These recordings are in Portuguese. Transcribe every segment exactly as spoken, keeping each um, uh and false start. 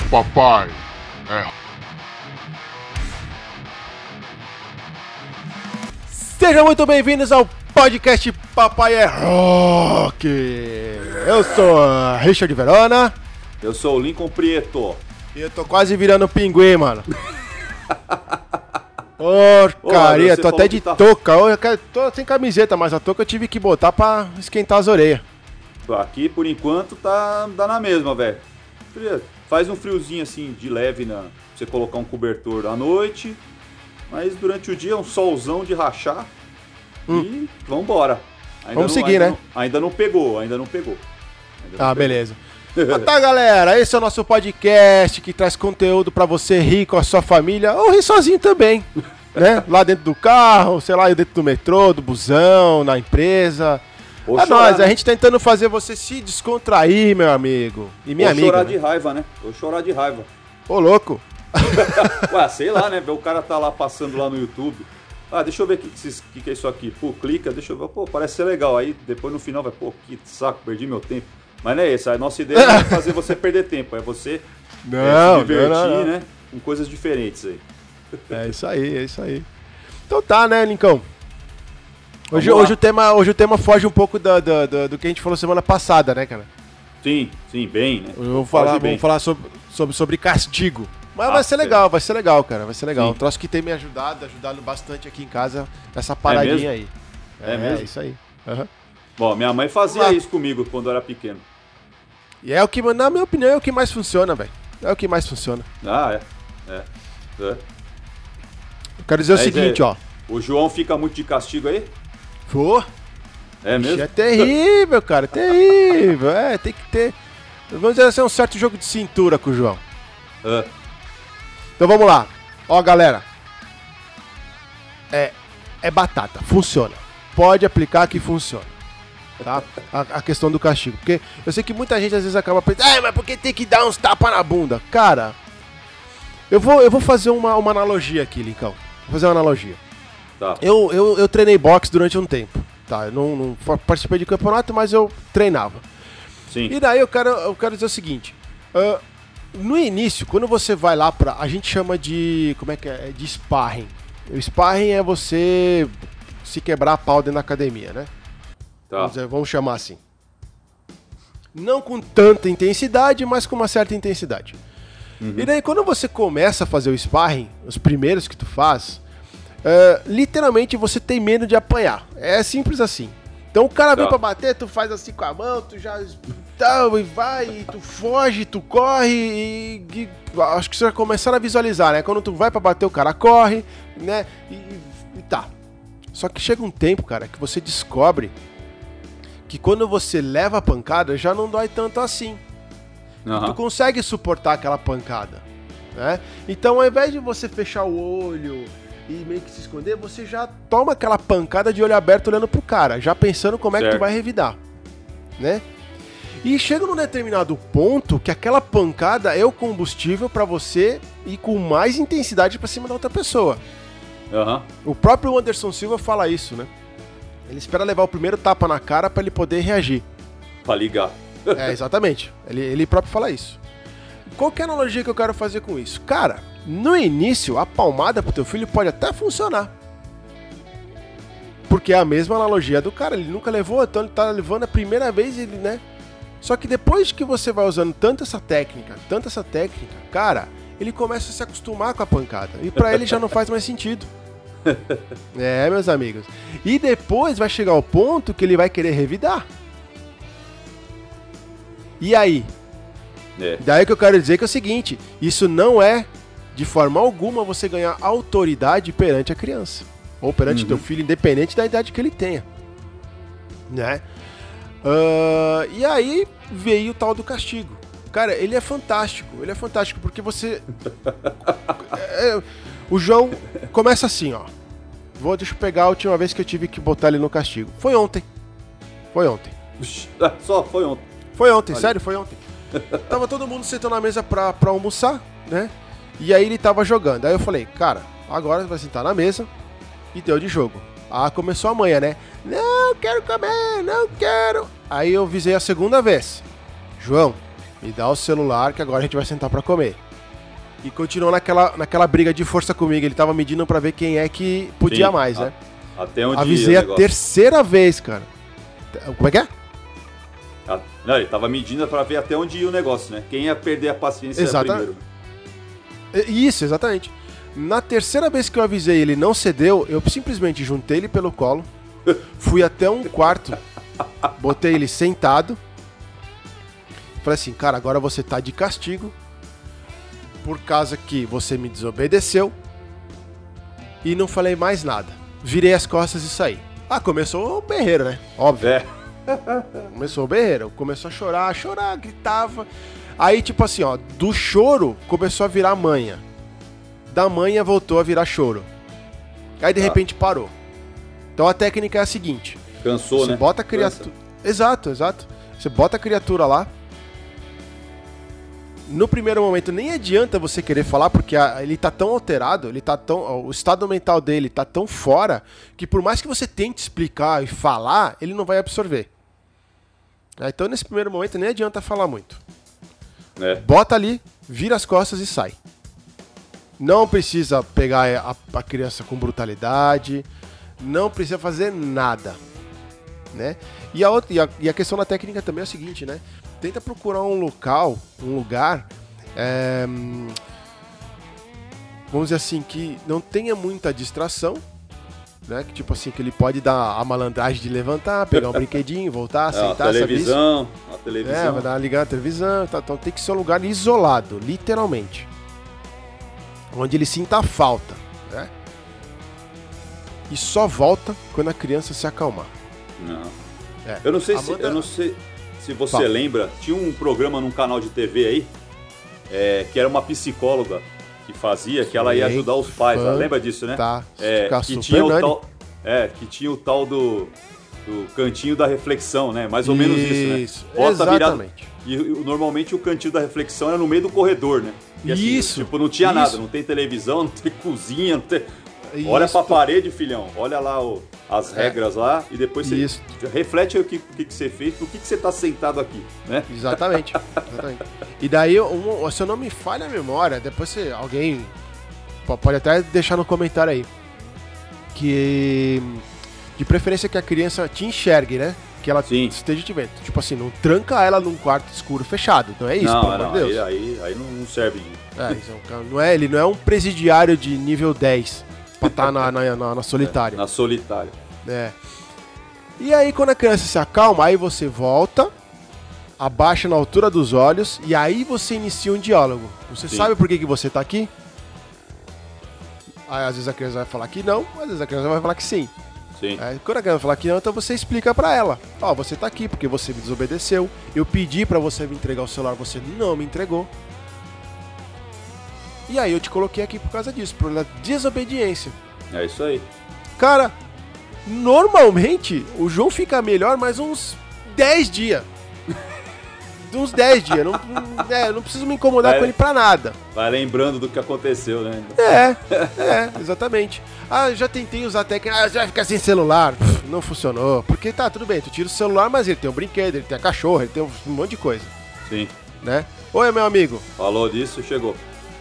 papai é... Sejam muito bem-vindos ao podcast Papai é Rock. Eu sou Richard Verona. Eu sou o Lincoln Prieto. E eu tô quase virando pinguim, mano. Porcaria, Ô, tô até de tá... touca. Eu tô sem camiseta, mas a touca eu tive que botar pra esquentar as orelhas. Aqui, por enquanto, tá, tá na mesma, velho. Faz um friozinho assim, de leve, na você colocar um cobertor à noite. Mas durante o dia é um solzão de rachar. Hum. E vambora. Ainda Vamos não, seguir, ainda né? Não, ainda não pegou, ainda não pegou. Ainda não ah, pegou. Beleza. Então tá, galera, esse é o nosso podcast que traz conteúdo pra você rir com a sua família ou rir sozinho também, né? Lá dentro do carro, sei lá, dentro do metrô, do busão, na empresa. Ou é chorar, nóis, né? a gente tentando fazer você se descontrair, meu amigo. E minha Ou amiga. chorar né? de raiva, né? Ou chorar de raiva. Ô, louco. Ué, sei lá, né? O cara tá lá passando lá no YouTube. Ah, deixa eu ver o que, que, que é isso aqui. Pô, clica, deixa eu ver. Pô, parece ser legal. Aí depois no final vai, pô, que saco, perdi meu tempo. Mas não é isso. A nossa ideia não é fazer você perder tempo. É você Não, é, se divertir, não, não, não. né? Com coisas diferentes aí. É isso aí, é isso aí. Então tá, né, Lincão? Hoje, Vamos lá. hoje, o tema, hoje o tema foge um pouco do, do, do, do que a gente falou semana passada, né, cara? Sim, sim, bem, né? Eu vou falar, Foge bem. vamos falar sobre, sobre, sobre castigo. Mas Ah, vai ser sério? legal, vai ser legal, cara. Vai ser legal. Sim. Um troço que tem me ajudado, ajudado bastante aqui em casa, essa mesmo? paradinha aí. É mesmo? isso aí. Uhum. Bom, minha mãe fazia Vamos lá. isso comigo quando eu era pequeno. E é o que, na minha opinião, é o que mais funciona, velho. É o que mais funciona. Ah, é. É. é. Eu quero dizer o Mas seguinte, é- ó. O João fica muito de castigo aí? Pô, É mesmo? é terrível, cara. É terrível. É, tem que ter. Vamos dizer assim, um certo jogo de cintura com o João. É. Então vamos lá. Ó, galera. É, é batata. Funciona. Pode aplicar que funciona. Tá? A, a questão do castigo. Porque eu sei que muita gente às vezes acaba pensando, ah, mas por que tem que dar uns tapas na bunda? Cara, eu vou, eu vou fazer uma, uma analogia aqui, Lincão. Vou fazer uma analogia. Tá. Eu, eu, eu treinei boxe durante um tempo. Tá? Eu não, não fa- participei de campeonato, mas eu treinava. Sim. E daí eu quero, eu quero dizer o seguinte. ah, no início, quando você vai lá pra... A gente chama de... Como é que é? De sparring. O sparring é você se quebrar a pau dentro da academia, né? Tá. Vamos, dizer, vamos chamar assim. Não com tanta intensidade, mas com uma certa intensidade. E daí quando você começa a fazer o sparring, os primeiros que tu faz, é, literalmente você tem medo de apanhar. É simples assim. Então o cara vem Tá. pra bater, tu faz assim com a mão, tu já... Tal, e vai, e tu foge, tu corre e, e acho que você vai começar a visualizar, né? Quando tu vai pra bater, o cara corre, né? E, e- e tá. Só que chega um tempo, cara, que você descobre que quando você leva a pancada, já não dói tanto assim. Aham. Tu consegue suportar aquela pancada, né? Então, ao invés de você fechar o olho e meio que se esconder, você já toma aquela pancada de olho aberto olhando pro cara, já pensando como é que tu Certo. vai revidar, né? E chega num determinado ponto que aquela pancada é o combustível pra você ir com mais intensidade pra cima da outra pessoa. Aham. O próprio Anderson Silva fala isso, né? Ele espera levar o primeiro tapa na cara pra ele poder reagir. Pra ligar. É, exatamente. Ele, ele próprio fala isso. Qual que é a analogia que eu quero fazer com isso? Cara, no início, a palmada pro teu filho pode até funcionar. Porque é a mesma analogia do cara. Ele nunca levou, então ele tá levando a primeira vez, ele, né? Só que depois que você vai usando tanto essa técnica, tanto essa técnica, cara, ele começa a se acostumar com a pancada. E pra ele já não faz mais sentido. É, meus amigos. E depois vai chegar o ponto que ele vai querer revidar. E aí? É. Daí que eu quero dizer que é o seguinte, isso não é, de forma alguma, você ganhar autoridade perante a criança. Ou perante Uhum. teu filho, independente da idade que ele tenha. Né? Ah, e aí veio o tal do castigo. Cara, ele é fantástico, ele é fantástico, porque você... É, o João começa assim, ó. Vou, deixa eu pegar a última vez que eu tive que botar ele no castigo. Foi ontem. Foi ontem. Ah, Só foi ontem. Foi ontem, Olha. sério, foi ontem. Tava todo mundo sentando na mesa pra, pra almoçar, né? E aí ele tava jogando. Aí eu falei, cara, agora você vai sentar na mesa e deu de jogo. Ah, começou a manhã, né? Não quero comer, não quero. Aí eu visei a segunda vez. João, me dá o celular que agora a gente vai sentar pra comer. E continuou naquela, naquela briga de força comigo, ele tava medindo pra ver quem é que podia Sim, mais, a, né? Até onde Avisei ia o a negócio. terceira vez, cara. Como é que é? A- Não, ele tava medindo pra ver até onde ia o negócio, né? Quem ia perder a paciência Exata- primeiro. Isso, exatamente. Na terceira vez que eu avisei ele não cedeu, eu simplesmente juntei ele pelo colo, fui até um quarto, botei ele sentado, falei assim, cara, agora você tá de castigo, por causa que você me desobedeceu, e não falei mais nada. Virei as costas e saí. Ah, começou o berreiro, né? Óbvio. É. Começou o berreiro, começou a chorar, chorar, gritava. Aí, tipo assim, ó, do choro começou a virar manha. Da manha voltou a virar choro. Aí, de Tá. repente, parou. Então, a técnica é a seguinte. Cansou, Você né? bota a criatura... Exato, exato. Você bota a criatura lá. No primeiro momento, nem adianta você querer falar, porque a- ele tá tão alterado, ele tá tão, o estado mental dele tá tão fora, que por mais que você tente explicar e falar, ele não vai absorver. É, Então, nesse primeiro momento, nem adianta falar muito. É. Bota ali, vira as costas e sai. Não precisa pegar a, a criança com brutalidade, não precisa fazer nada, né? E a, outra, e, a, e a questão da técnica também é o seguinte, né? Tenta procurar um local, um lugar, é, hum, vamos dizer assim, que não tenha muita distração, né? Que tipo assim, que ele pode dar a malandragem de levantar, pegar um brinquedinho, voltar, É, a sentar, sabe isso? televisão, a É, televisão. vai dar ligar a televisão, tá, então tem que ser um lugar isolado, literalmente. Onde ele sinta a falta, né? E só volta quando a criança se acalmar. Não. É. Eu não sei se, Amanda- eu não sei se você Fala. lembra, tinha um programa num canal de T V aí, é, que era uma psicóloga que fazia, que ela ia Sim, ajudar os pais. fã, Ela lembra disso, né? Tá, É, fica que super tinha o nani. tal, é, que tinha o tal do, do cantinho da reflexão, né? Mais ou menos isso, né? Isso, Bota virado. exatamente. E, e normalmente o cantinho da reflexão era no meio do corredor, né? E, assim, Isso, Tipo, não tinha isso. nada, não tem televisão, não tem cozinha, não tem... Olha Isso. pra parede, filhão. Olha lá o- as É. regras lá e depois você Isso. reflete aí o que, o que, que você fez, por que, que você tá sentado aqui, né? Exatamente, exatamente. E daí, um, se eu não me falha a memória, depois se alguém po- pode até deixar no comentário aí, que de preferência que a criança te enxergue, né? Que ela Sim. esteja te vendo. Tipo assim, não tranca ela num quarto escuro fechado. Não é isso, não, pelo é, amor não, de Deus. aí, aí, aí não, não serve. É, isso é um cara- não é, ele não é um presidiário de nível dez pra estar na, na, na, na solitária. Na solitária. É. E aí, quando a criança se acalma, aí você volta, abaixa na altura dos olhos e aí você inicia um diálogo. Você Sim. sabe por que, que você tá aqui? Aí, às vezes a criança vai falar que não, às vezes a criança vai falar que sim. Sim. Aí, quando a criança falar que não, então você explica pra ela. Ó, você tá aqui porque você me desobedeceu. Eu pedi pra você me entregar o celular, você não me entregou. E aí eu te coloquei aqui por causa disso, por desobediência. É isso aí. Cara, normalmente o João fica melhor mais uns dez dias. De uns dez dias. Não, não- é, eu não preciso me incomodar Vai- com ele pra nada. Vai lembrando do que aconteceu, né? É, é, exatamente. Ah, já tentei usar a técnica, ah, já vai ficar sem celular. Pff, não funcionou. Porque tá, tudo bem, tu tira o celular, mas ele tem um brinquedo, ele tem a cachorra, ele tem um monte de coisa, Sim. né? Oi, meu amigo. Falou disso, chegou.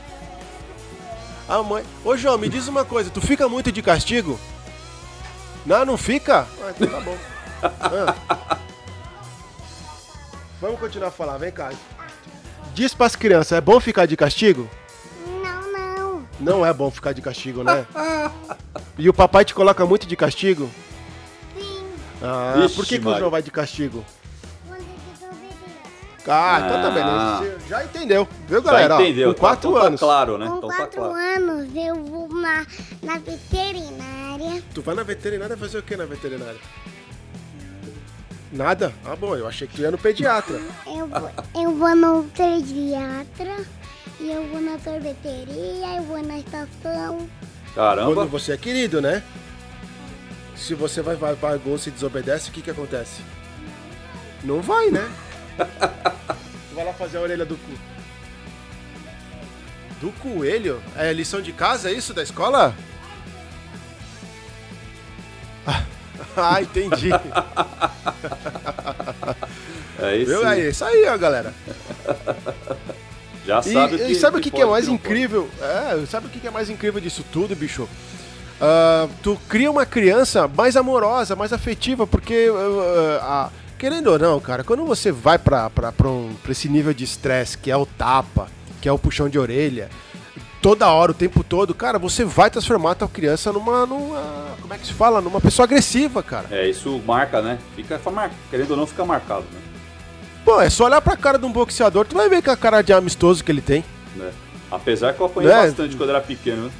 A mãe. Ô, João, me diz uma coisa, tu fica muito de castigo? Não, não fica? Ah, então tá bom. Ah. Vamos continuar a falar, vem cá. Diz pras crianças, é bom ficar de castigo? Não, não. Não é bom ficar de castigo, né? E o papai te coloca muito de castigo? Sim. Ah, Ixi, por que, que o Mário. João vai de castigo? Quando desobedece. Ah, então tá bem. Ah. Você já entendeu, viu, galera? Já entendeu. Ó, com quatro então anos. Tá claro, né? Com Então tá quatro claro. anos eu vou na, na veterinária. Tu vai na veterinária fazer o que na veterinária? Nada? Ah, bom, eu achei que tu ia no pediatra. Eu vou, eu vou no pediatra. E eu vou na sorveteria. Eu vou na estação. Caramba. Quando você é querido, né? Se você vai, vai, vai, gol, se desobedece, o que que acontece? Não vai, né? Tu vai lá fazer a orelha do cu. Do coelho? É lição de casa, é isso, da escola? Ah, entendi. É isso. Viu? É isso aí, ó, galera. Já sabe e, o que E sabe o que, que, que é mais que incrível? É, sabe o que, que é mais incrível disso tudo, bicho? Uh, tu cria uma criança mais amorosa, mais afetiva, porque, uh, uh, uh, querendo ou não, cara, quando você vai pra, pra, pra, um, pra esse nível de estresse, que é o tapa, que é o puxão de orelha, toda hora, o tempo todo, cara, você vai transformar a tua criança numa, numa, como é que se fala? Numa pessoa agressiva, cara. É, isso marca, né? Fica, querendo ou não, fica marcado, né? Pô, é só olhar pra cara de um boxeador, tu vai ver que a cara de amistoso que ele tem. É. Apesar que eu apanhei é? bastante quando era pequeno, né?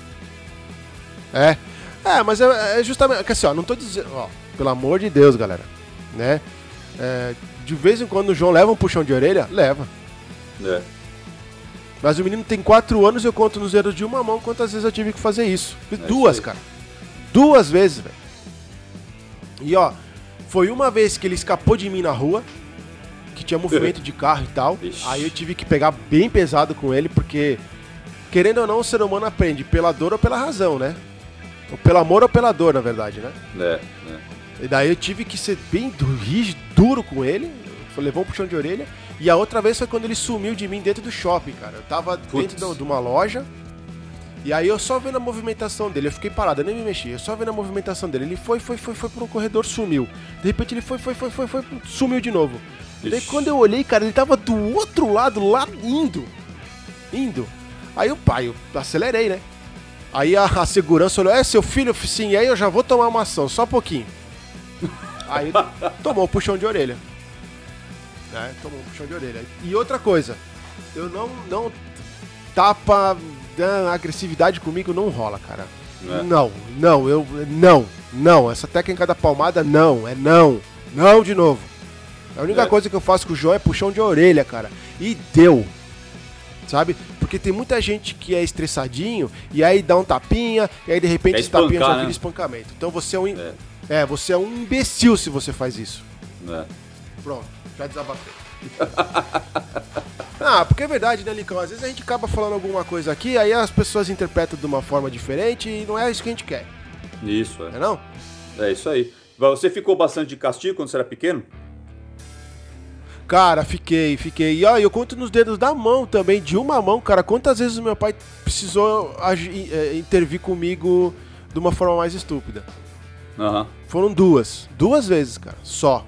É, é, mas é, é justamente, que assim, ó, não tô dizendo, ó, pelo amor de Deus, galera, né, é, de vez em quando o João leva um puxão de orelha, leva. É. Mas o menino tem quatro anos e eu conto nos dedos de uma mão quantas vezes eu tive que fazer isso. Fiz É duas, isso cara. Duas vezes, velho. E ó, foi uma vez que ele escapou de mim na rua, que tinha movimento de carro e tal. Ixi. Aí eu tive que pegar bem pesado com ele, porque, querendo ou não, o ser humano aprende pela dor ou pela razão, né? Ou pelo amor ou pela dor, na verdade, né? É, é. E daí eu tive que ser bem du- rígido, duro com ele, levou um puxão de orelha. E a outra vez foi quando ele sumiu de mim dentro do shopping, cara. Eu tava Putz. dentro do- de uma loja, e aí eu só vendo a movimentação dele, eu fiquei parado, eu nem me mexi, eu só vendo a movimentação dele. Ele foi, foi, foi, foi pro corredor, sumiu. De repente ele foi, foi, foi, foi, foi, sumiu de novo. E daí Ixi. quando eu olhei, cara, ele tava do outro lado, lá, indo. Indo. Aí o pai, eu acelerei, né? Aí a, a segurança olhou, é seu filho? Sim, aí eu já vou tomar uma ação, só um pouquinho. Aí tomou um puxão de orelha. É, tomou um puxão de orelha. E outra coisa, eu não, não tapa, ah, agressividade comigo não rola, cara. É. Não, não, eu, não, não, essa técnica da palmada não, é não, não de novo. A única É. coisa que eu faço com o João é puxão de orelha, cara. E deu. Sabe? Porque tem muita gente que é estressadinho e aí dá um tapinha e aí de repente Quer esse tapinha espancar, já né? vira espancamento. Então você é um, É. é, você é um imbecil se você faz isso. É. Pronto, já desabafei. Ah, porque é verdade, né, Licão? Às vezes a gente acaba falando alguma coisa aqui, aí as pessoas interpretam de uma forma diferente e não é isso que a gente quer, Isso, não é é. não? É isso aí. Você ficou bastante de castigo quando você era pequeno? Cara, fiquei, fiquei. E ó, eu conto nos dedos da mão também, de uma mão, cara. Quantas vezes o meu pai precisou agi- eh, intervir comigo de uma forma mais estúpida? Aham. Foram duas. Duas vezes, cara. Só.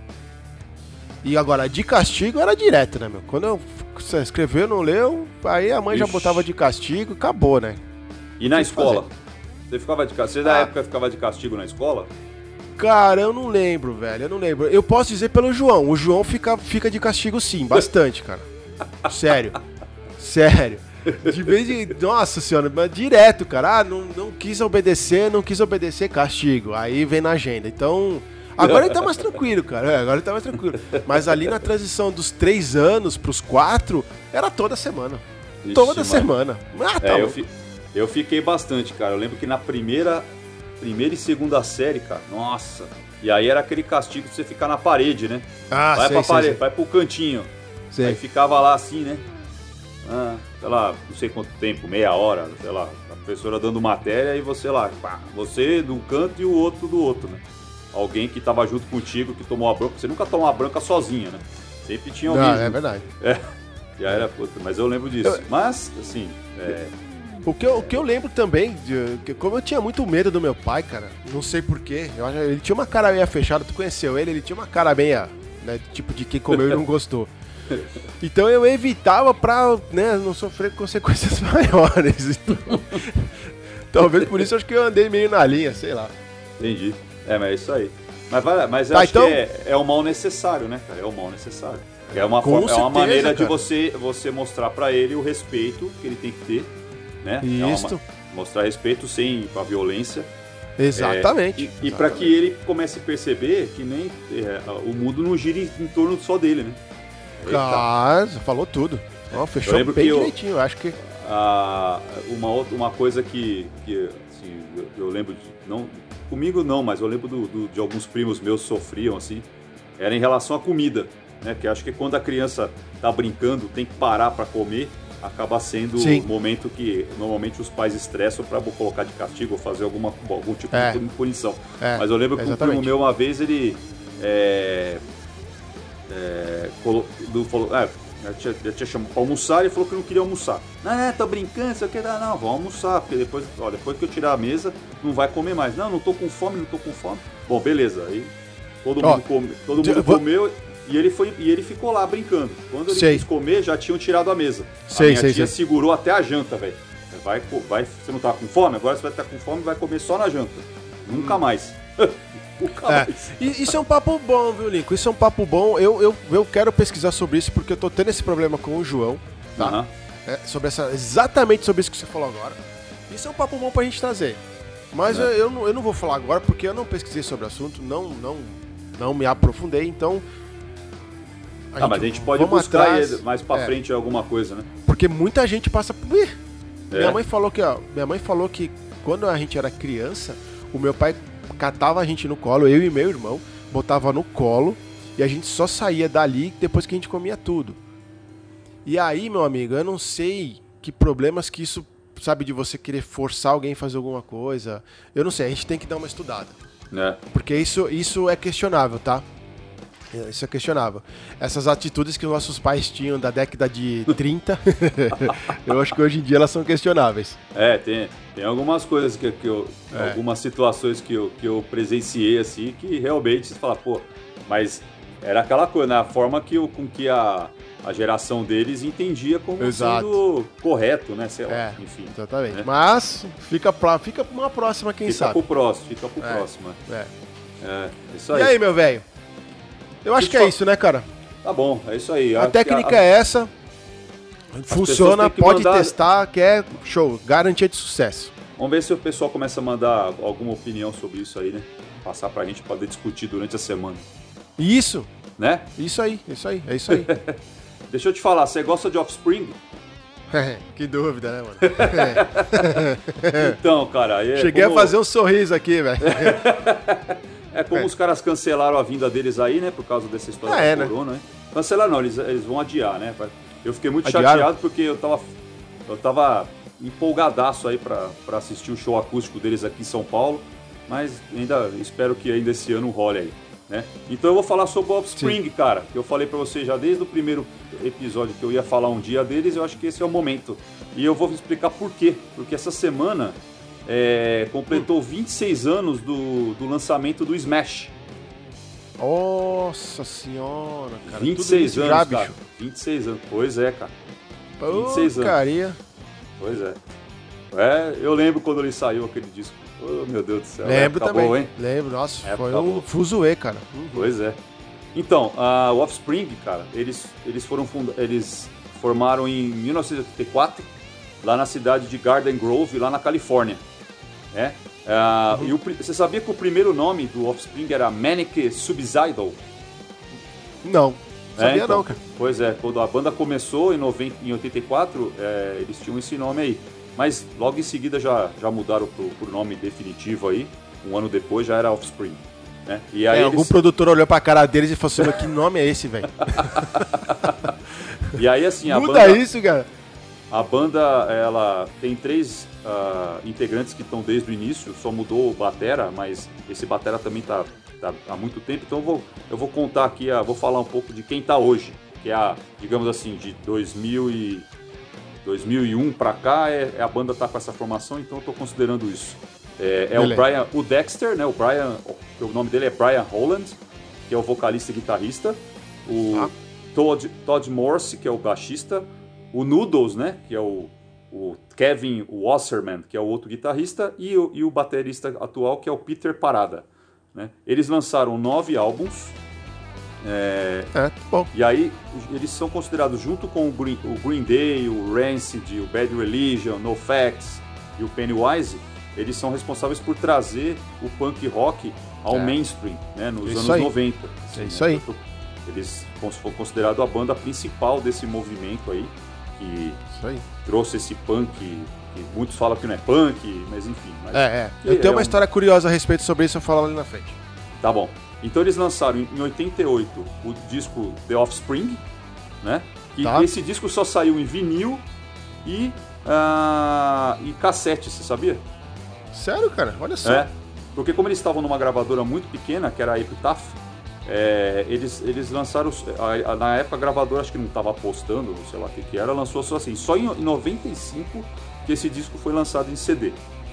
E agora, de castigo era direto, né, meu? Quando eu f- escreveu, não leu, aí a mãe já Ixi. botava de castigo e acabou, né? E na Que escola? Você ficava de castigo? Você da Ah. época ficava de castigo na escola? Cara, eu não lembro, velho. Eu não lembro. Eu posso dizer pelo João. O João fica, fica de castigo sim, bastante, cara. Sério. Sério. De vez em. Nossa senhora, mas direto, cara. Ah, não, não quis obedecer, não quis obedecer, castigo. Aí vem na agenda. Então. Agora ele tá mais tranquilo, cara. É, agora ele tá mais tranquilo. Mas ali na transição dos três anos pros quatro, era toda semana. Ixi, toda mano. semana. Ah, tá É, eu, louco. fi- eu fiquei bastante, cara. Eu lembro que na primeira, primeira e segunda série, cara, nossa. E aí era aquele castigo de você ficar na parede, né? Ah, vai sei, pra sei, parede, sei. vai pro cantinho. Sei. Aí ficava lá assim, né? Ah, sei lá, não sei quanto tempo, meia hora, sei lá, a professora dando matéria e você lá, pá, você de um canto e o outro do outro, né? Alguém que tava junto contigo, que tomou a bronca. Você nunca toma uma bronca sozinha, né? Sempre tinha alguém. Não, é junto. verdade. É. Já era puta, mas eu lembro disso. Eu- Mas, assim, é, O que, eu, o que eu lembro também, de, que como eu tinha muito medo do meu pai, cara, não sei porquê, eu acho- ele tinha uma cara meio fechada, tu conheceu ele, ele tinha uma cara meio, né, tipo de quem comeu e não gostou. Então eu evitava pra, né, não sofrer consequências maiores. Então, talvez por isso eu acho que eu andei meio na linha, sei lá. entendi. É, mas é isso aí. Mas, vai- mas eu Tá, acho então- que é, é o mal necessário, né, cara? É o mal necessário. É uma, Com forma- é uma certeza, maneira de cara. você, você mostrar pra ele o respeito que ele tem que ter, né? É uma- Isto. mostrar respeito sem ir pra violência. Exatamente. É, e e para que ele comece a perceber que nem é, o mundo não gira em, em torno só dele, né? Eita. Cara, você falou tudo. Ó, fechou Eu lembro bem que eu- direitinho, eu acho que... Ah, uma, outra, uma coisa que, que assim, eu, eu lembro de, não, comigo não, mas eu lembro do, do- de alguns primos meus sofriam assim, era em relação à comida, né? Que acho que quando a criança tá brincando, tem que parar para comer, acaba sendo Sim. o momento que normalmente os pais estressam para colocar de castigo ou fazer alguma, algum tipo É. de punição. É, Mas eu lembro que um exatamente. primo meu uma vez ele é, é, colo- do- falou, ah, Já tinha, já tinha chamado pra almoçar e falou que não queria almoçar. Não, não, tô brincando, você quer dar? Não, vamos almoçar, porque depois, ó, depois que eu tirar a mesa, não vai comer mais. Não, não tô com fome, não tô com fome. Bom, beleza. Aí todo mundo, ó, come, todo mundo vou... comeu e ele, foi, e ele ficou lá brincando. Quando ele sei. quis comer, já tinham tirado a mesa. Sei, a minha sei, tia sei. segurou até a janta, velho. Vai, vai, você não tá com fome? Agora você vai estar com fome e vai comer só na janta. Nunca hum. mais. Nunca É. mais. E isso é um papo bom, viu, Lincoln? Isso é um papo bom. Eu, eu, eu quero pesquisar sobre isso porque eu tô tendo esse problema com o João, tá? Uhum. É, sobre essa, exatamente sobre isso que você falou agora. Isso é um papo bom pra gente trazer. Mas É. eu, eu, não, eu não vou falar agora porque eu não pesquisei sobre o assunto, não, não, não me aprofundei, então... A ah, mas a gente pode buscar atrás, mais pra é. frente alguma coisa, né? Porque muita gente passa por... Ih, é. Minha mãe falou que, ó, minha mãe falou que quando a gente era criança, o meu pai catava a gente no colo, eu e meu irmão, botava no colo e a gente só saía dali depois que a gente comia tudo. E aí, meu amigo, eu não sei que problemas que isso, sabe, de você querer forçar alguém a fazer alguma coisa. Eu não sei, a gente tem que dar uma estudada. É. Porque isso, isso é questionável, tá? Isso é questionável. Essas atitudes que os nossos pais tinham da década de trinta, eu acho que hoje em dia elas são questionáveis. É, tem, tem algumas coisas que, que eu... É. Algumas situações que eu, que eu presenciei, assim, que realmente você fala, pô... Mas era aquela coisa, né? A forma que, com que a, a geração deles entendia como Exato. Sendo correto, né? Sei lá, É, enfim. exatamente. Né? Mas fica pra, fica pra uma próxima, quem fica sabe. Fica pro próximo, fica pro é. próximo. É. É, isso aí. E aí, meu velho? Eu acho que é isso, né, cara? Tá bom, é isso aí. A, a técnica a, é essa. Funciona, pode mandar... testar, que é show. Garantia de sucesso. Vamos ver se o pessoal começa a mandar alguma opinião sobre isso aí, né? Passar pra gente poder discutir durante a semana. Isso. Né? Isso aí, isso aí, é isso aí. Deixa eu te falar, você gosta de Offspring? Que dúvida, né, mano? Então, cara... É Cheguei como... a fazer um sorriso aqui, velho. É como é. os caras cancelaram a vinda deles aí, né? Por causa dessa história ah, da é, corona, né? né? Cancelaram não, eles, eles vão adiar, né? Eu fiquei muito Adiaram? chateado porque eu tava, eu tava empolgadaço aí pra, pra assistir o show acústico deles aqui em São Paulo, mas ainda espero que ainda esse ano role aí, né? Então eu vou falar sobre o Offspring, Sim. cara, que eu falei pra você já desde o primeiro episódio que eu ia falar um dia deles, eu acho que esse é o momento. E eu vou explicar por quê. Porque essa semana é, completou vinte e seis anos do, do lançamento do Smash. Nossa senhora, cara. vinte e seis anos, já, cara. Bicho. vinte e seis anos. Pois é, cara. vinte e seis anos. Caria. Pois é. É, eu lembro quando ele saiu aquele disco. Oh, meu Deus do céu. Lembro época também. Boa, hein? Lembro, nossa, época foi um boa. fuzuê, cara. Uhum. Pois é. Então, uh, o Offspring, cara, eles, eles foram funda- eles formaram em mil novecentos e oitenta e quatro, lá na cidade de Garden Grove, lá na Califórnia. Né? Uh, uhum. E o, você sabia que o primeiro nome do Offspring era Manic Suicidal? Não, sabia é, então, não, cara. Pois é, quando a banda começou em, noventa, em oitenta e quatro, é, eles tinham esse nome aí. Mas logo em seguida já, já mudaram pro, pro nome definitivo aí. Um ano depois já era Offspring. Né? E aí é, eles... algum produtor olhou pra cara deles e falou assim, que nome é esse, velho? E aí assim, a Muda banda... isso, cara. A banda, ela tem três uh, integrantes que estão desde o início, só mudou o batera, mas esse batera também tá, tá há muito tempo, então eu vou, eu vou contar aqui, uh, vou falar um pouco de quem tá hoje, que é a, digamos assim, de dois mil e um pra cá, é, é a banda tá com essa formação, então eu tô considerando isso. É, é o Brian, o Dexter, né, o Brian, o nome dele é Brian Holland, que é o vocalista e guitarrista, o ah. Todd, Todd Morse, que é o baixista, o Noodles, né, que é o, o Kevin Wasserman, que é o outro guitarrista, e o, e o baterista atual, que é o Peter Parada. Né? Eles lançaram nove álbuns. É, é, bom. E aí eles são considerados, junto com o Green, o Green Day, o Rancid, o Bad Religion, NoFX e o Pennywise, eles são responsáveis por trazer o punk rock ao é. mainstream, né, nos isso anos aí. noventa. Assim, é isso né? aí. Eles foram considerados a banda principal desse movimento aí, que isso aí. trouxe esse punk, que muitos falam que não é punk, mas enfim. Mas é, é. Eu tenho é uma um... história curiosa a respeito sobre isso, eu falo ali na frente. Tá bom. Então eles lançaram em oitenta e oito o disco The Offspring, né? E tá. esse disco só saiu em vinil e, uh, e cassete, você sabia? Sério, cara? Olha só. É, porque como eles estavam numa gravadora muito pequena, que era a Epitaph, é, eles, eles lançaram, a, a, na época a gravadora acho que não estava apostando, sei lá o que que era, lançou só assim, só em, em noventa e cinco que esse disco foi lançado em C D.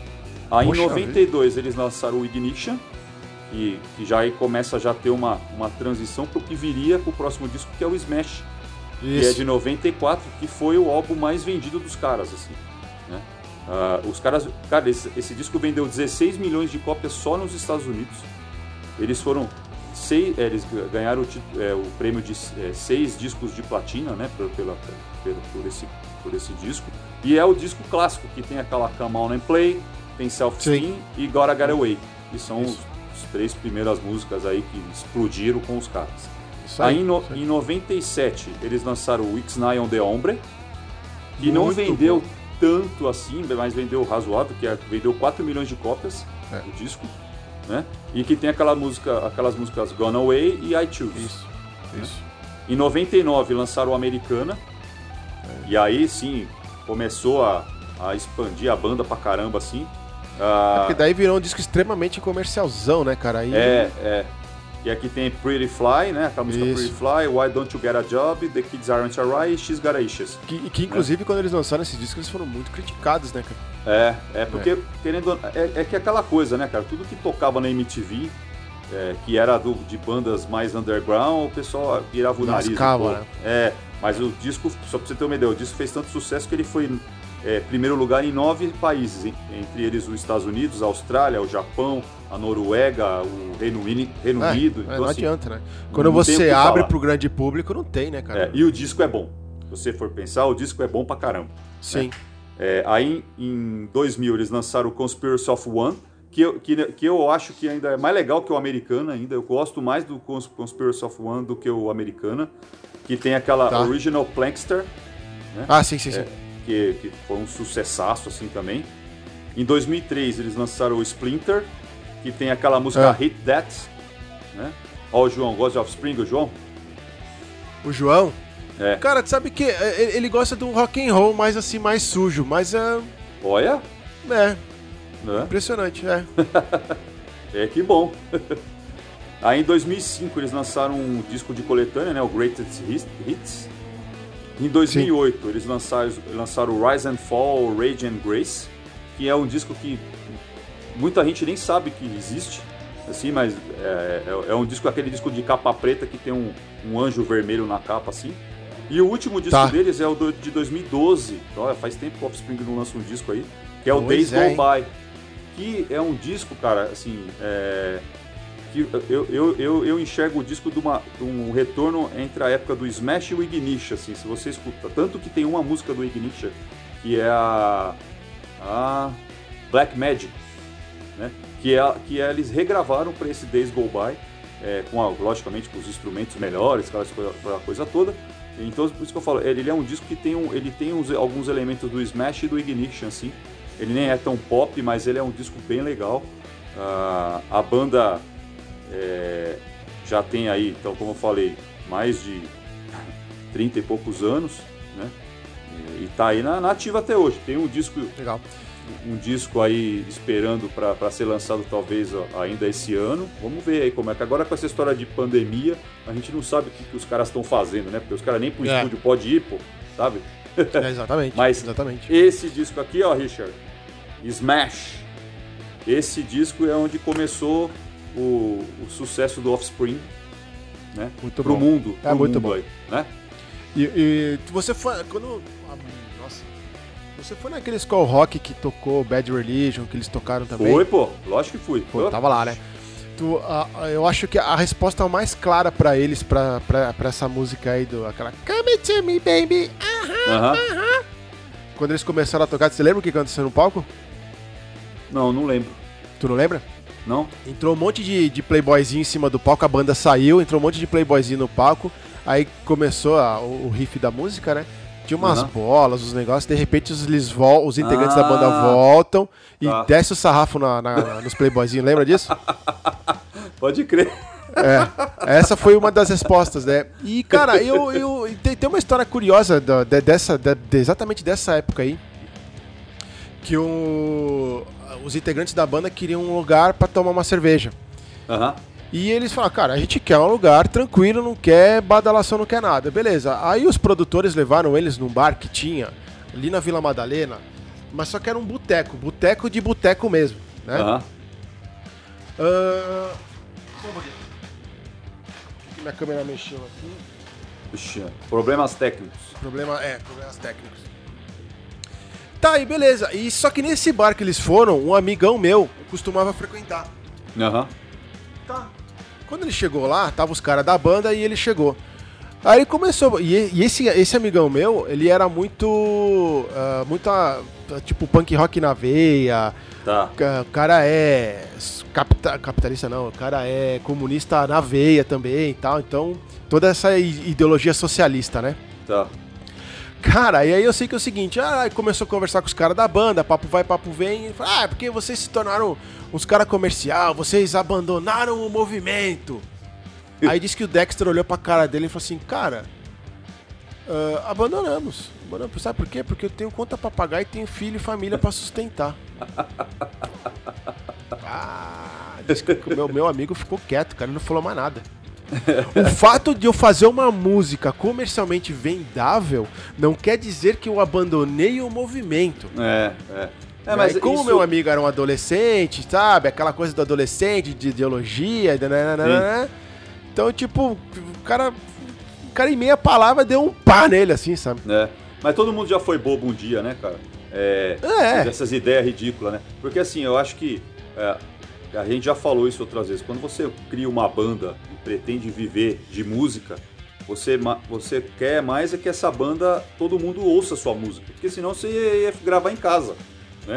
Aí Poxa em noventa e dois vida. Eles lançaram o Ignition, que, que já aí começa a já ter uma, uma transição para o que viria para o próximo disco, que é o Smash, Isso. que é de noventa e quatro, que foi o álbum mais vendido dos caras, assim, né? Uh, os caras, cara, esse, esse disco vendeu dezesseis milhões de cópias só nos Estados Unidos. Eles foram seis, é, eles ganharam o, é, o prêmio de é, seis discos de platina, né, por, pela, por, por, esse, por esse disco. E é o disco clássico, que tem aquela Come On and Play, tem Self-Esteem e Gotta Get Away, que são os, os três primeiras músicas aí que explodiram com os caras. Isso aí, aí, em, no, isso aí. Em noventa e sete eles lançaram o Ixnay on the Hombre, que Muito não vendeu bom. tanto assim, mas vendeu razoável, que é, vendeu quatro milhões de cópias é. do disco, né? E que tem aquela música, aquelas músicas Gone Away e I Choose. Isso, né? isso. Em noventa e nove lançaram o Americana, é. e aí sim começou a, a expandir a banda pra caramba, assim. Ah, é porque daí virou um disco extremamente comercialzão, né, cara? Aí... É, é. E aqui tem Pretty Fly, né? Aquela música Isso. Pretty Fly, Why Don't You Get a Job, The Kids Aren't Alright e She's Got Issues. Que, que inclusive é. quando eles lançaram esse disco eles foram muito criticados, né, cara? É, é porque, é. querendo. É, é que é aquela coisa, né, cara? Tudo que tocava na M T V, é, que era do, de bandas mais underground, o pessoal virava o nariz. Lascava, né? É, mas o disco, só pra você ter uma ideia, o disco fez tanto sucesso que ele foi. É, primeiro lugar em nove países, hein? Entre eles os Estados Unidos, a Austrália, o Japão, a Noruega, o Reino, Uni, Reino é, Unido. É, então, não assim, adianta, né? Quando você abre pro grande público, não tem, né, cara? É, e o disco é bom. Se você for pensar, o disco é bom pra caramba. Sim. Né? É, aí em dois mil eles lançaram o Conspiracy of One, que eu, que, que eu acho que ainda é mais legal que o Americana ainda. Eu gosto mais do Conspiracy of One do que o Americana, que tem aquela tá. Original Plankster. Né? Ah, sim, sim, sim. É, Que, que foi um sucessaço assim também. Em dois mil e três eles lançaram o Splinter, que tem aquela música é. Hit That, né? Ó, o João, gosta de Offspring, o João? O João? É. Cara, tu sabe que ele gosta de um rock and roll mais assim, mais sujo, mas é... Olha! É. Né? Impressionante, é. É, que bom. Aí em dois mil e cinco eles lançaram um disco de coletânea, né? O Greatest Hits. Em dois mil e oito, Sim. eles lançaram, lançaram o Rise and Fall, Rage and Grace, que é um disco que muita gente nem sabe que existe, assim, mas é, é, é um disco, aquele disco de capa preta que tem um, um anjo vermelho na capa, assim. E o último disco tá. deles é o do, de dois mil e doze, olha, faz tempo que o Offspring não lança um disco aí, que é o pois Days é, Go hein? By, que é um disco, cara, assim, é... Eu, eu, eu, eu enxergo o disco de, uma, de um retorno entre a época do Smash e o Ignition, assim, se você escuta. Tanto que tem uma música do Ignition, que é a, a Black Magic, né? que, é, que é, eles regravaram para esse Days Go By, é, com a, logicamente com os instrumentos melhores, aquela coisa, aquela coisa toda. Então, por isso que eu falo, ele é um disco que tem, um, ele tem uns, alguns elementos do Smash e do Ignition, assim. Ele nem é tão pop, mas ele é um disco bem legal. Uh, a banda... É, já tem aí, então, como eu falei, mais de trinta e poucos anos, né? E tá aí na, na ativa até hoje. Tem um disco, Legal. um disco aí esperando para ser lançado talvez ainda esse ano. Vamos ver aí como é que agora com essa história de pandemia a gente não sabe o que, que os caras estão fazendo, né? Porque os caras nem pro é. estúdio pode ir, pô, sabe? É, exatamente. Mas exatamente. Esse disco aqui, ó, Richard, Smash. Esse disco é onde começou O, o sucesso do Offspring, né? Muito pro bom. mundo, pro é muito mundo bom. Aí, né? E, e você foi quando, nossa, você foi naquele Skull Rock que tocou Bad Religion, que eles tocaram também? Foi, pô, lógico que fui. Pô, eu tava lá, né? Tu, uh, eu acho que a resposta mais clara pra eles, pra, pra, pra essa música aí, do, aquela Come to me, baby, aham, uh-huh, aham. Uh-huh. Quando eles começaram a tocar, você lembra o que aconteceu no palco? Não, não lembro. Tu não lembra? Não. Entrou um monte de, de playboyzinho em cima do palco, a banda saiu, entrou um monte de playboyzinho no palco, aí começou a, o, o riff da música, né? Tinha umas uhum. bolas, os negócios, de repente os, eles vol- os integrantes ah, da banda voltam e tá. desce o sarrafo na, na, na, nos playboyzinhos, lembra disso? Pode crer. É, essa foi uma das respostas, né? E, cara, eu, eu, tem, tem uma história curiosa da, de, dessa, de, de, exatamente dessa época aí, que o... os integrantes da banda queriam um lugar pra tomar uma cerveja. Uhum. E eles falaram, cara, a gente quer um lugar tranquilo, não quer badalação, não quer nada. Beleza. Aí os produtores levaram eles num bar que tinha ali na Vila Madalena, mas só que era um boteco, boteco de boteco mesmo, né? Aham. Uh... Minha câmera mexeu aqui. Puxa, problemas técnicos. Problema, é, problemas técnicos. Tá, aí beleza. E só que nesse bar que eles foram, um amigão meu costumava frequentar. Aham. Tá. Quando ele chegou lá, tava os caras da banda e ele chegou. Aí ele começou. E, e esse, esse amigão meu, ele era muito. Uh, muita. Tipo, punk rock na veia. Tá. O cara é. Capita, capitalista não, o cara é comunista na veia também e tal. Então, toda essa ideologia socialista, né? Tá. Cara, e aí eu sei que é o seguinte, ah, começou a conversar com os caras da banda, papo vai, papo vem, e ele falou, ah, é porque vocês se tornaram uns caras comercial, vocês abandonaram o movimento. Aí disse que o Dexter olhou pra cara dele e falou assim, cara, uh, abandonamos, abandonamos. Sabe por quê? Porque eu tenho conta pra pagar e tenho filho e família pra sustentar. Ah, disse que o meu, meu amigo ficou quieto, cara, ele não falou mais nada. O fato de eu fazer uma música comercialmente vendável não quer dizer que eu abandonei o movimento. É, é. É, mas como isso... meu amigo era um adolescente, sabe? Aquela coisa do adolescente, de ideologia, nananana, então, tipo, o cara, o cara em meia palavra deu um pá nele, assim, sabe? É. Mas todo mundo já foi bobo um dia, né, cara? É. É. Essas ideias ridículas, né? Porque assim, eu acho que. É, a gente já falou isso outras vezes. Quando você cria uma banda e pretende viver de música, você, você quer mais é que essa banda, todo mundo ouça a sua música. Porque senão você ia gravar em casa, né?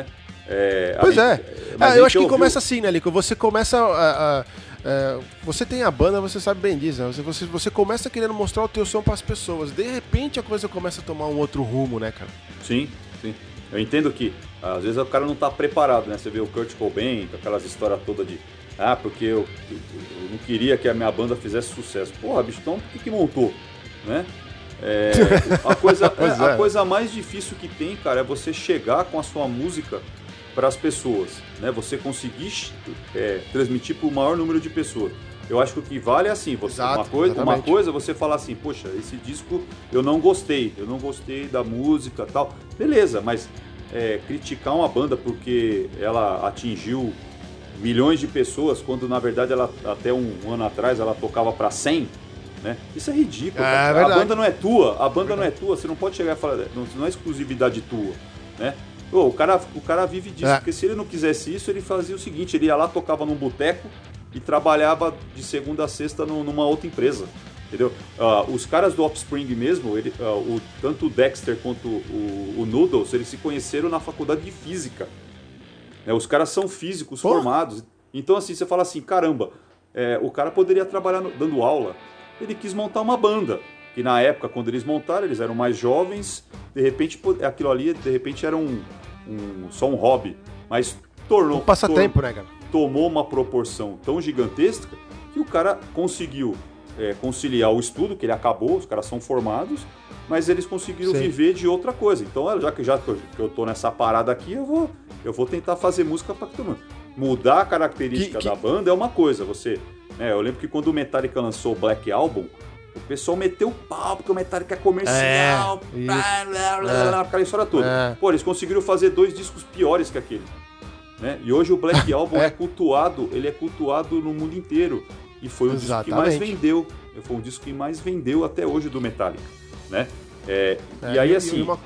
É, pois gente, é. Mas ah, eu acho que ouviu... começa assim, né, Lico? Você começa a... a, a você tem a banda, você sabe bem disso, né? Você, você, você começa querendo mostrar o teu som para as pessoas. De repente a coisa começa a tomar um outro rumo, né, cara? Sim, sim. Eu entendo que às vezes o cara não tá preparado, né? Você vê o Kurt Cobain com aquelas histórias todas de ah, porque eu, eu, eu não queria que a minha banda fizesse sucesso. Porra, bicho, então por que que montou? Né? É, a, coisa, é, a coisa mais difícil que tem, cara, é você chegar com a sua música para as pessoas, né? Você conseguir é, transmitir para o maior número de pessoas. Eu acho que o que vale é assim, você, Exato, uma, coisa, uma coisa é você falar assim, poxa, esse disco eu não gostei, eu não gostei da música e tal. Beleza, mas é, criticar uma banda porque ela atingiu milhões de pessoas, quando na verdade ela até um ano atrás ela tocava para cem, né? Isso é ridículo. É, cara. é a banda não é tua, a banda não é tua, você não pode chegar e falar, não, não é exclusividade tua, né? Pô, o cara, o cara vive disso, é. Porque se ele não quisesse isso, ele fazia o seguinte, ele ia lá, tocava num boteco e trabalhava de segunda a sexta numa outra empresa, entendeu? Uh, os caras do Offspring mesmo, ele, uh, o, tanto o Dexter quanto o, o Noodles, eles se conheceram na faculdade de física. Né? Os caras são físicos Pô. formados. Então assim, você fala assim, caramba, é, o cara poderia trabalhar no, dando aula. Ele quis montar uma banda. E na época, quando eles montaram, eles eram mais jovens, de repente, aquilo ali, de repente, era um, um só um hobby. Mas tornou... Um passatempo, né, cara? Tomou uma proporção tão gigantesca que o cara conseguiu é, conciliar o estudo, que ele acabou, os caras são formados, mas eles conseguiram Sim. viver de outra coisa. Então, já que, já que eu tô nessa parada aqui, eu vou, eu vou tentar fazer música para todo mundo. Mudar a característica que, que... da banda é uma coisa. Você, né, eu lembro que quando o Metallica lançou o Black Album, o pessoal meteu o pau, porque o Metallica é comercial, é, blá, blá, blá, blá, aquela história toda. É. Pô, eles conseguiram fazer dois discos piores que aquele. Né? E hoje o Black Album é. é cultuado, ele é cultuado no mundo inteiro. E foi o Exatamente. disco que mais vendeu. Foi um disco que mais vendeu até hoje do Metallica. Né? É, é, e aí assim, uma...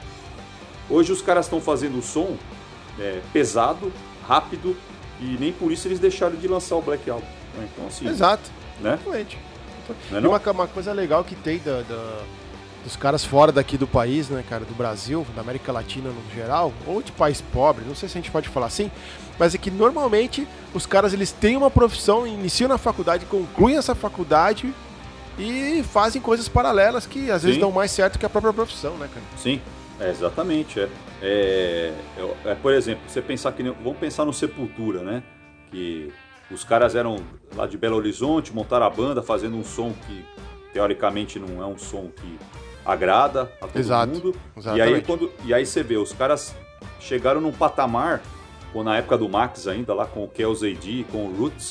hoje os caras estão fazendo o som é, pesado, rápido, e nem por isso eles deixaram de lançar o Black Album. Né? Então assim... Exato. Né? Exatamente. Não é não? Uma, uma coisa legal que tem da, da, dos caras fora daqui do país, né, cara, do Brasil, da América Latina no geral, ou de país pobre, não sei se a gente pode falar assim, mas é que normalmente os caras eles têm uma profissão, iniciam na faculdade, concluem essa faculdade e fazem coisas paralelas que às Sim. vezes dão mais certo que a própria profissão, né, cara? Sim, é, exatamente. É. É, é, é, por exemplo, você pensar que vamos pensar no Sepultura, né? Que os caras eram lá de Belo Horizonte, montaram a banda fazendo um som que teoricamente não é um som que agrada a todo Exato, mundo. Exatamente. E aí, quando, e aí você vê, os caras chegaram num patamar, ou na época do Max ainda, lá com o Kells A D, com o Roots,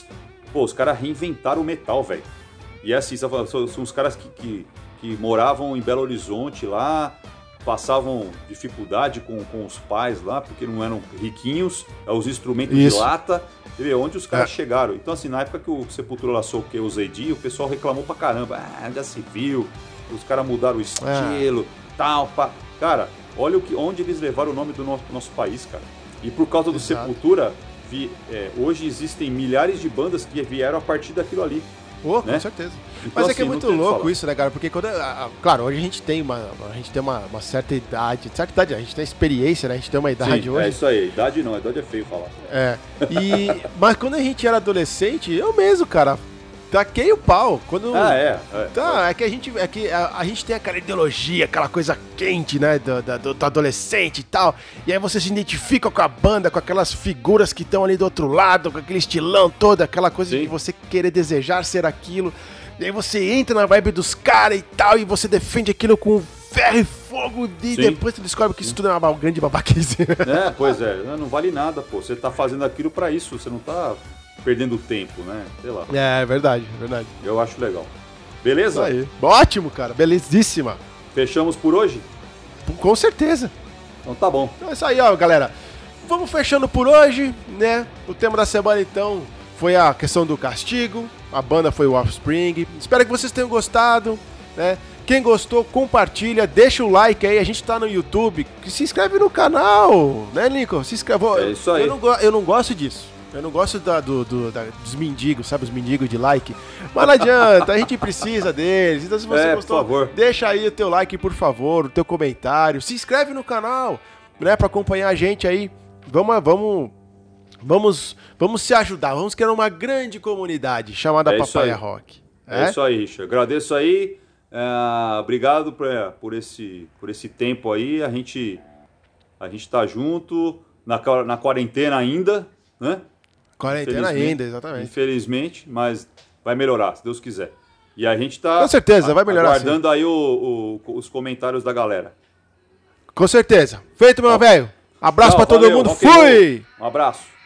Pô, os caras reinventaram o metal, velho. E é assim, são, são os caras que, que, que moravam em Belo Horizonte lá, passavam dificuldade com, com os pais lá, porque não eram riquinhos, os instrumentos Isso. de lata, entendeu? Onde os caras É. chegaram. Então, assim, na época que o Sepultura lançou o que, o Zedi, o pessoal reclamou pra caramba. Ah, ainda se viu, os caras mudaram o estilo, tal, pá. Cara, olha o que, onde eles levaram o nome do nosso, nosso país, cara. E por causa do Exato. Sepultura, vi, é, hoje existem milhares de bandas que vieram a partir daquilo ali. Pô, com né? certeza. Então, Mas é assim, que é não muito tem o que louco falar. isso, né, cara? Porque quando. a- a- Claro, hoje a gente tem uma. A gente tem uma, uma certa idade. Certa idade, a gente tem experiência, né? A gente tem uma idade Sim, hoje. é isso aí. Idade não, idade é feio falar. É. E, mas quando a gente era adolescente, eu mesmo, cara, taquei o pau. Quando. Ah, é. é. Tá, é que a gente, é que a, a gente tem aquela ideologia, aquela coisa quente, né, do, da- do, do adolescente e tal, e aí você se identifica com a banda, com aquelas figuras que estão ali do outro lado, com aquele estilão todo, aquela coisa Sim. de você querer desejar ser aquilo, e aí você entra na vibe dos caras e tal, e você defende aquilo com ferro e fogo, e Sim. depois você descobre que isso tudo é uma grande babaquice. É, pois é, não vale nada, pô. Você tá fazendo aquilo pra isso, você não tá perdendo tempo, né? Sei lá. É, é verdade, é verdade. Eu acho legal. Isso Beleza? aí. Ótimo, cara, belezíssima. Fechamos por hoje? Com certeza. Então tá bom. Então é isso aí, ó, galera. Vamos fechando por hoje, né? O tema da semana, então, foi a questão do castigo. A banda foi o Offspring. Espero que vocês tenham gostado, né? Quem gostou, compartilha, deixa o like aí. A gente tá no YouTube. Se inscreve no canal, né, Lincoln? Se inscreve. É isso aí. Eu não, go- eu não gosto disso. Eu não gosto da- do, do- da- dos mendigos, sabe? Os mendigos de like. Mas não adianta, a gente precisa deles. Então, se você É, por gostou, favor. deixa aí o teu like, por favor, o teu comentário. Se inscreve no canal, né? Pra acompanhar a gente aí. Vamos, vamos, vamos, vamos se ajudar. Vamos criar uma grande comunidade chamada É isso Papaya aí. Rock. É, isso aí, Richard. Agradeço aí. É, obrigado por, por, esse, por esse tempo aí. A gente, a gente tá junto na, qua- na quarentena ainda, né? Quarentena Infelizmente- ainda, exatamente. Infelizmente, mas vai melhorar, se Deus quiser. E a gente tá Com certeza, vai melhorar, aguardando aí o- o- os comentários da galera. Com certeza. Feito, meu velho. Abraço Tchau, pra todo valeu, mundo. rock and roll. Fui! Um abraço.